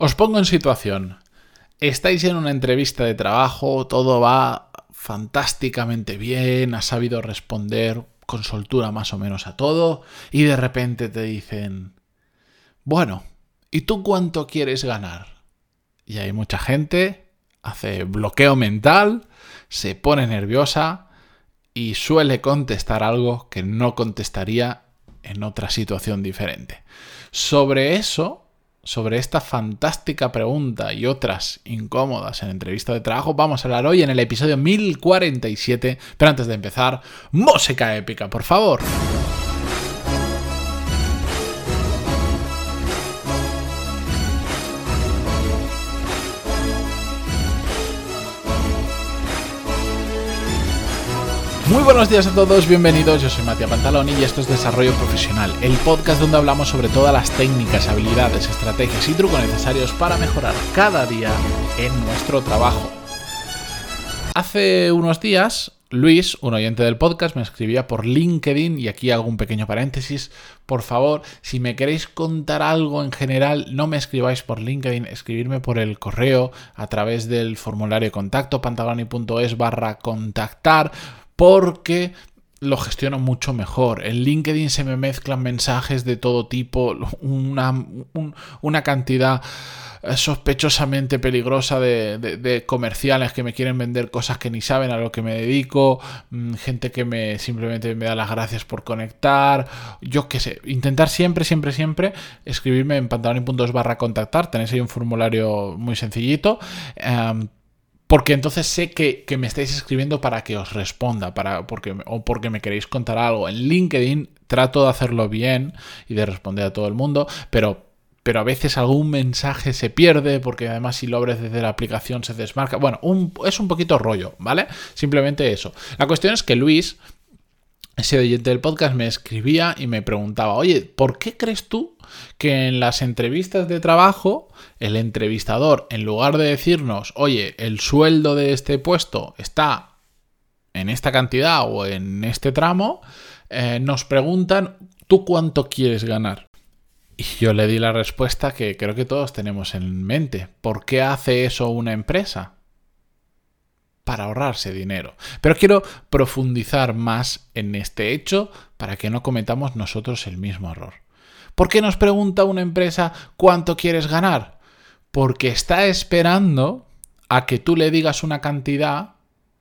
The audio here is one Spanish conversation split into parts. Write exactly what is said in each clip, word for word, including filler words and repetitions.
Os pongo en situación. Estáis en una entrevista de trabajo, todo va fantásticamente bien, has sabido responder con soltura más o menos a todo y de repente te dicen, bueno, ¿y tú cuánto quieres ganar? Y hay mucha gente, hace bloqueo mental, se pone nerviosa y suele contestar algo que no contestaría en otra situación diferente. Sobre eso, sobre esta fantástica pregunta y otras incómodas en entrevista de trabajo, vamos a hablar hoy en el episodio mil cuarenta y siete. Pero antes de empezar, música épica, por favor. Muy buenos días a todos, bienvenidos, yo soy Matías Pantaloni y esto es Desarrollo Profesional, el podcast donde hablamos sobre todas las técnicas, habilidades, estrategias y trucos necesarios para mejorar cada día en nuestro trabajo. Hace unos días, Luis, un oyente del podcast, me escribía por LinkedIn, y aquí hago un pequeño paréntesis. Por favor, si me queréis contar algo en general, no me escribáis por LinkedIn, escribirme por el correo a través del formulario de contacto, pantaloni.es barra contactar, porque lo gestiono mucho mejor. En LinkedIn se me mezclan mensajes de todo tipo, una, un, una cantidad sospechosamente peligrosa de, de, de comerciales que me quieren vender cosas que ni saben a lo que me dedico, gente que me simplemente me da las gracias por conectar, yo qué sé, intentar siempre, siempre, siempre escribirme en pantaloni.es barra contactar, tenéis ahí un formulario muy sencillito, um, porque entonces sé que, que me estáis escribiendo para que os responda, para, porque, o porque me queréis contar algo. En LinkedIn trato de hacerlo bien y de responder a todo el mundo, pero, pero a veces algún mensaje se pierde, porque además si lo abres desde la aplicación se desmarca. Bueno, un, es un poquito rollo, ¿vale? Simplemente eso. La cuestión es que Luis, ese oyente del podcast, me escribía y me preguntaba, oye, ¿por qué crees tú que en las entrevistas de trabajo el entrevistador, en lugar de decirnos, oye, el sueldo de este puesto está en esta cantidad o en este tramo, eh, nos preguntan, ¿tú cuánto quieres ganar? Y yo le di la respuesta que creo que todos tenemos en mente. ¿Por qué hace eso una empresa? Para ahorrarse dinero. Pero quiero profundizar más en este hecho para que no cometamos nosotros el mismo error. ¿Por qué nos pregunta una empresa cuánto quieres ganar? Porque está esperando a que tú le digas una cantidad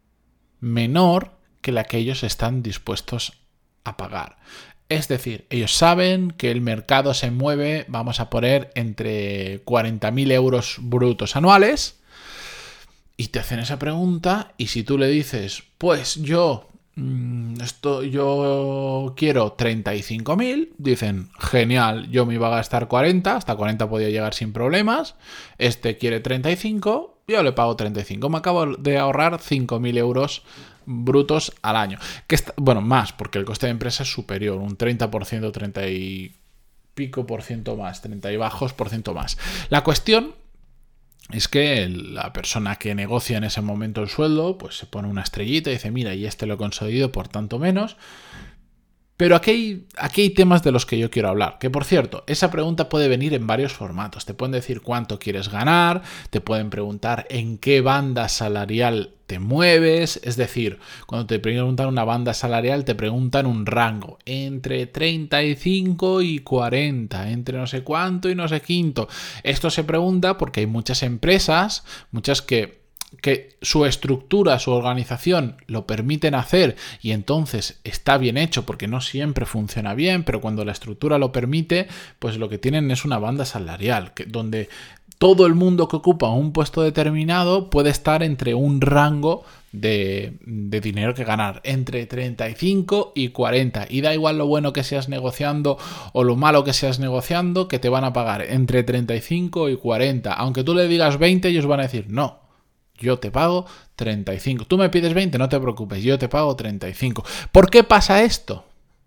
menor que la que ellos están dispuestos a pagar. Es decir, ellos saben que el mercado se mueve, vamos a poner, entre cuarenta mil euros brutos anuales, y te hacen esa pregunta, y si tú le dices, pues yo... Esto, yo quiero treinta y cinco mil, dicen, genial, yo me iba a gastar cuarenta, hasta cuarenta podía llegar sin problemas, este quiere treinta y cinco, yo le pago treinta y cinco, me acabo de ahorrar cinco mil euros brutos al año. Que está, bueno, más, porque el coste de empresa es superior, un treinta por ciento, treinta y pico por ciento más, treinta y bajos por ciento más. La cuestión es que la persona que negocia en ese momento el sueldo, pues se pone una estrellita y dice, mira, y este lo he conseguido por tanto menos. Pero aquí hay, aquí hay temas de los que yo quiero hablar. Que por cierto, esa pregunta puede venir en varios formatos. Te pueden decir cuánto quieres ganar, te pueden preguntar en qué banda salarial te mueves. Es decir, cuando te preguntan una banda salarial, te preguntan un rango entre treinta y cinco y cuarenta, entre no sé cuánto y no sé quinto. Esto se pregunta porque hay muchas empresas, muchas que... que su estructura, su organización lo permiten hacer y entonces está bien hecho porque no siempre funciona bien, pero cuando la estructura lo permite, pues lo que tienen es una banda salarial, que, donde todo el mundo que ocupa un puesto determinado puede estar entre un rango de, de dinero que ganar, entre treinta y cinco y cuarenta, y da igual lo bueno que seas negociando o lo malo que seas negociando, que te van a pagar entre treinta y cinco y cuarenta, aunque tú le digas veinte, ellos van a decir no. Yo te pago treinta y cinco. Tú me pides veinte, no te preocupes, yo te pago treinta y cinco. ¿Por qué pasa esto?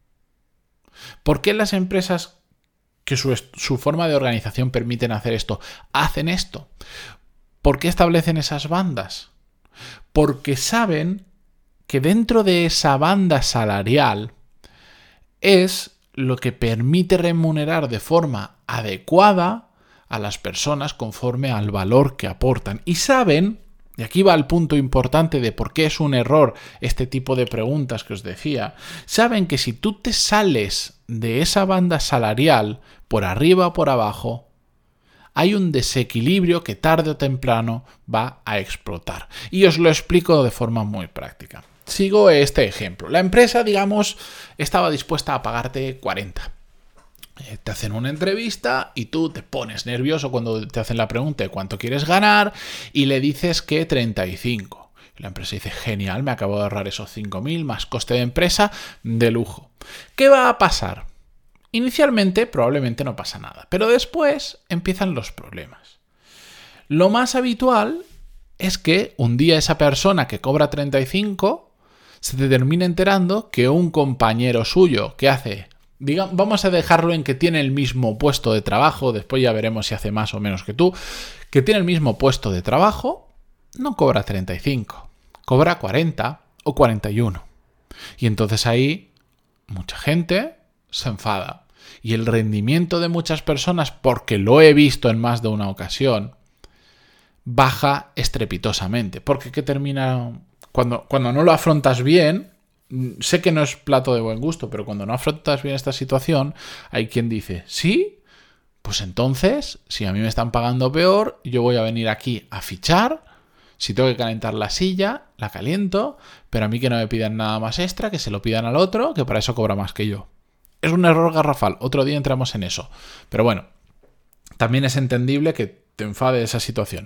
¿Por qué las empresas que su, su forma de organización permiten hacer esto, hacen esto? ¿Por qué establecen esas bandas? Porque saben que dentro de esa banda salarial es lo que permite remunerar de forma adecuada a las personas conforme al valor que aportan. Y saben, y aquí va el punto importante de por qué es un error este tipo de preguntas que os decía, saben que si tú te sales de esa banda salarial, por arriba o por abajo, hay un desequilibrio que tarde o temprano va a explotar. Y os lo explico de forma muy práctica. Sigo este ejemplo. La empresa, digamos, estaba dispuesta a pagarte cuarenta. Te hacen una entrevista y tú te pones nervioso cuando te hacen la pregunta de cuánto quieres ganar y le dices que treinta y cinco. La empresa dice, genial, me acabo de ahorrar esos cinco mil más coste de empresa de lujo. ¿Qué va a pasar? Inicialmente probablemente no pasa nada, pero después empiezan los problemas. Lo más habitual es que un día esa persona que cobra treinta y cinco se te termine enterando que un compañero suyo que hace, digamos, vamos a dejarlo en que tiene el mismo puesto de trabajo, después ya veremos si hace más o menos que tú, que tiene el mismo puesto de trabajo, no cobra treinta y cinco, cobra cuarenta o cuarenta y uno. Y entonces ahí mucha gente se enfada. Y el rendimiento de muchas personas, porque lo he visto en más de una ocasión, baja estrepitosamente. Porque ¿qué termina? Cuando, cuando no lo afrontas bien, sé que no es plato de buen gusto, pero cuando no afrontas bien esta situación, hay quien dice, ¿sí? Pues entonces, si a mí me están pagando peor, yo voy a venir aquí a fichar. Si tengo que calentar la silla, la caliento, pero a mí que no me pidan nada más extra, que se lo pidan al otro, que para eso cobra más que yo. Es un error garrafal, otro día entramos en eso. Pero bueno, también es entendible que te enfade esa situación.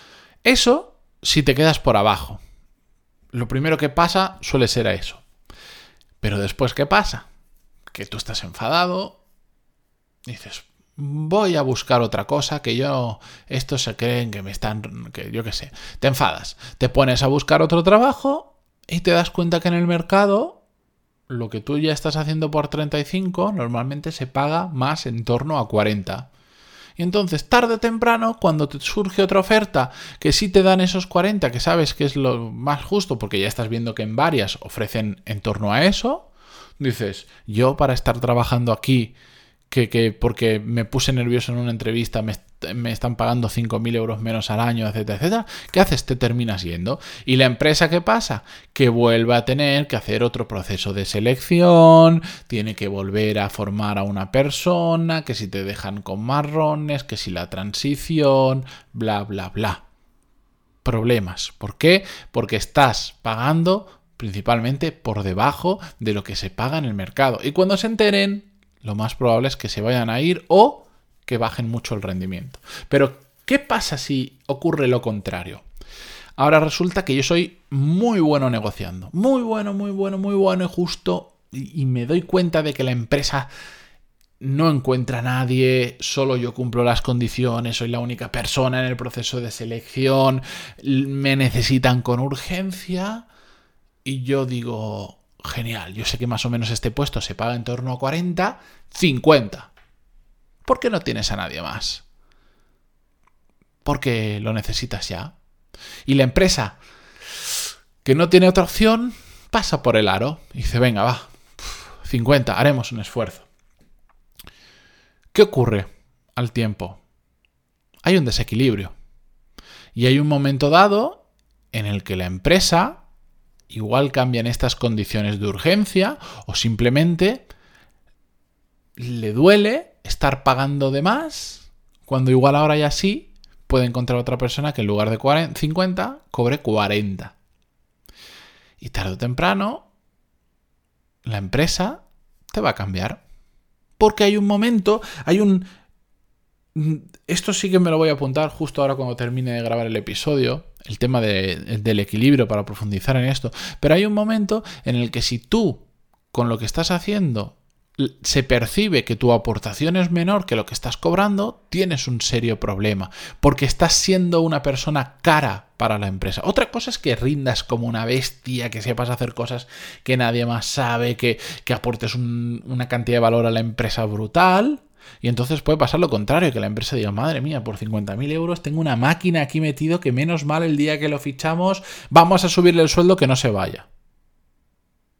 Eso si te quedas por abajo. Lo primero que pasa suele ser a eso. Pero después, ¿qué pasa? Que tú estás enfadado, dices, voy a buscar otra cosa, que yo, estos se creen que me están, que yo qué sé. Te enfadas, te pones a buscar otro trabajo y te das cuenta que en el mercado lo que tú ya estás haciendo por treinta y cinco normalmente se paga más en torno a cuarenta. Y entonces, tarde o temprano, cuando te surge otra oferta que sí te dan esos cuarenta, que sabes que es lo más justo, porque ya estás viendo que en varias ofrecen en torno a eso, dices, yo para estar trabajando aquí, que, que porque me puse nervioso en una entrevista, me, me están pagando cinco mil euros menos al año, etcétera, etcétera, ¿qué haces? Te terminas yendo. ¿Y la empresa qué pasa? Que vuelve a tener que hacer otro proceso de selección, tiene que volver a formar a una persona, que si te dejan con marrones, que si la transición, bla, bla, bla. Problemas. ¿Por qué? Porque estás pagando principalmente por debajo de lo que se paga en el mercado. Y cuando se enteren, lo más probable es que se vayan a ir o que bajen mucho el rendimiento. Pero, ¿qué pasa si ocurre lo contrario? Ahora resulta que yo soy muy bueno negociando. Muy bueno, muy bueno, muy bueno y justo. Y, y me doy cuenta de que la empresa no encuentra a nadie, solo yo cumplo las condiciones, soy la única persona en el proceso de selección, me necesitan con urgencia y yo digo, genial, yo sé que más o menos este puesto se paga en torno a cuarenta, cincuenta. ¿Por qué no tienes a nadie más? Porque lo necesitas ya. Y la empresa, que no tiene otra opción, pasa por el aro y dice, venga, va, cincuenta, haremos un esfuerzo. ¿Qué ocurre al tiempo? Hay un desequilibrio. Y hay un momento dado en el que la empresa igual cambia en estas condiciones de urgencia o simplemente le duele estar pagando de más cuando igual ahora ya sí puede encontrar otra persona que en lugar de cuarenta, cincuenta cobre cuarenta. Y tarde o temprano la empresa te va a cambiar. Porque hay un momento, hay un... Esto sí que me lo voy a apuntar justo ahora cuando termine de grabar el episodio, el tema de, del equilibrio para profundizar en esto. Pero hay un momento en el que si tú, con lo que estás haciendo, se percibe que tu aportación es menor que lo que estás cobrando, tienes un serio problema. Porque estás siendo una persona cara para la empresa. Otra cosa es que rindas como una bestia, que sepas hacer cosas que nadie más sabe, que, que aportes un, una cantidad de valor a la empresa brutal. Y entonces puede pasar lo contrario, que la empresa diga, madre mía, por cincuenta mil euros tengo una máquina aquí metido que menos mal el día que lo fichamos, vamos a subirle el sueldo que no se vaya.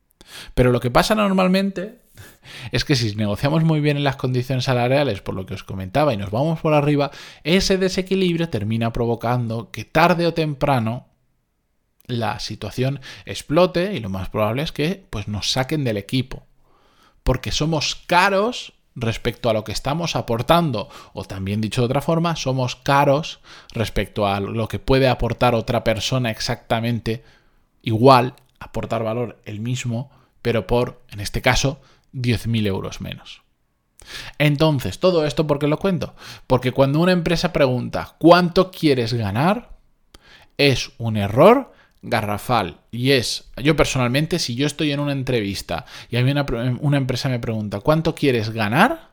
Pero lo que pasa normalmente es que si negociamos muy bien en las condiciones salariales, por lo que os comentaba, y nos vamos por arriba, ese desequilibrio termina provocando que tarde o temprano la situación explote y lo más probable es que pues, nos saquen del equipo. Porque somos caros respecto a lo que estamos aportando, o también dicho de otra forma, somos caros respecto a lo que puede aportar otra persona exactamente igual, aportar valor el mismo, pero por, en este caso, diez mil euros menos. Entonces, ¿todo esto por qué lo cuento? Porque cuando una empresa pregunta ¿cuánto quieres ganar? Es un error garrafal. Y es, yo personalmente, si yo estoy en una entrevista y a mí una, una empresa me pregunta ¿cuánto quieres ganar?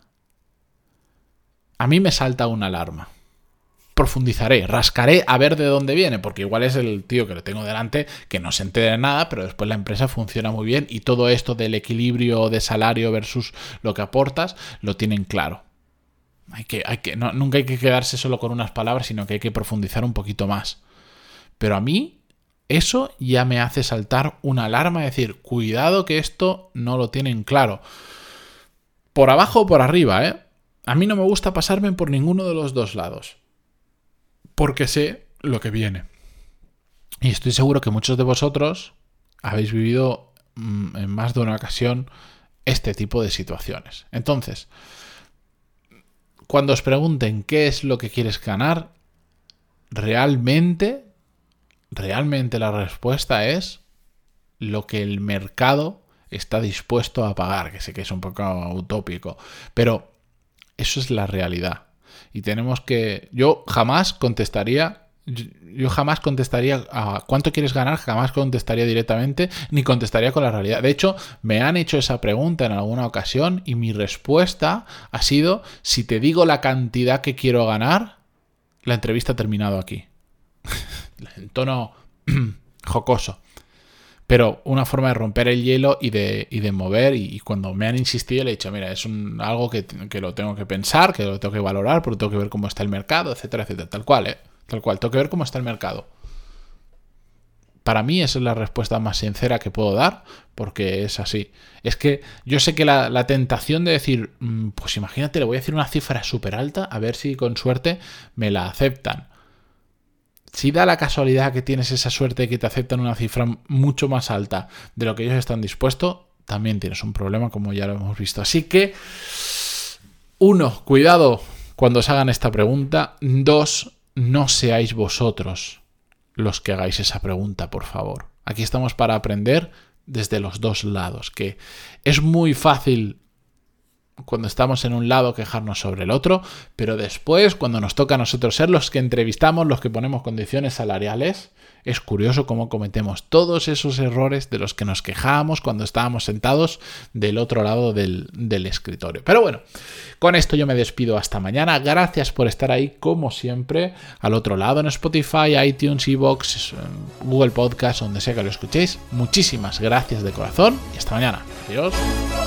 A mí me salta una alarma. Profundizaré, rascaré a ver de dónde viene, porque igual es el tío que lo tengo delante que no se entera de nada, pero después la empresa funciona muy bien y todo esto del equilibrio de salario versus lo que aportas lo tienen claro. Hay que, hay que, no, nunca hay que quedarse solo con unas palabras, sino que hay que profundizar un poquito más. Pero a mí eso ya me hace saltar una alarma, es decir, cuidado que esto no lo tienen claro. Por abajo o por arriba, ¿eh? A mí no me gusta pasarme por ninguno de los dos lados, porque sé lo que viene. Y estoy seguro que muchos de vosotros habéis vivido mmm, en más de una ocasión este tipo de situaciones. Entonces, cuando os pregunten qué es lo que quieres ganar, realmente, realmente la respuesta es lo que el mercado está dispuesto a pagar, que sé que es un poco utópico, pero eso es la realidad. Y tenemos que... Yo jamás contestaría... Yo jamás contestaría a cuánto quieres ganar, jamás contestaría directamente, ni contestaría con la realidad. De hecho, me han hecho esa pregunta en alguna ocasión y mi respuesta ha sido, si te digo la cantidad que quiero ganar, la entrevista ha terminado aquí. En tono jocoso. Pero una forma de romper el hielo y de, y de mover, y, y cuando me han insistido le he dicho, mira, es un, algo que, que lo tengo que pensar, que lo tengo que valorar, porque tengo que ver cómo está el mercado, etcétera, etcétera, tal cual, ¿eh? Tal cual, tengo que ver cómo está el mercado. Para mí esa es la respuesta más sincera que puedo dar, porque es así. Es que yo sé que la, la tentación de decir, pues imagínate, le voy a decir una cifra súper alta, a ver si con suerte me la aceptan. Si da la casualidad que tienes esa suerte de que te aceptan una cifra mucho más alta de lo que ellos están dispuestos, también tienes un problema, como ya lo hemos visto. Así que, uno, cuidado cuando os hagan esta pregunta. Dos, no seáis vosotros los que hagáis esa pregunta, por favor. Aquí estamos para aprender desde los dos lados, que es muy fácil cuando estamos en un lado quejarnos sobre el otro, pero después, cuando nos toca a nosotros ser los que entrevistamos, los que ponemos condiciones salariales, es curioso cómo cometemos todos esos errores de los que nos quejábamos cuando estábamos sentados del otro lado del, del escritorio. Pero bueno, con esto yo me despido hasta mañana. Gracias por estar ahí, como siempre, al otro lado en Spotify, iTunes, iVoox, Google Podcast, donde sea que lo escuchéis. Muchísimas gracias de corazón y hasta mañana. Adiós.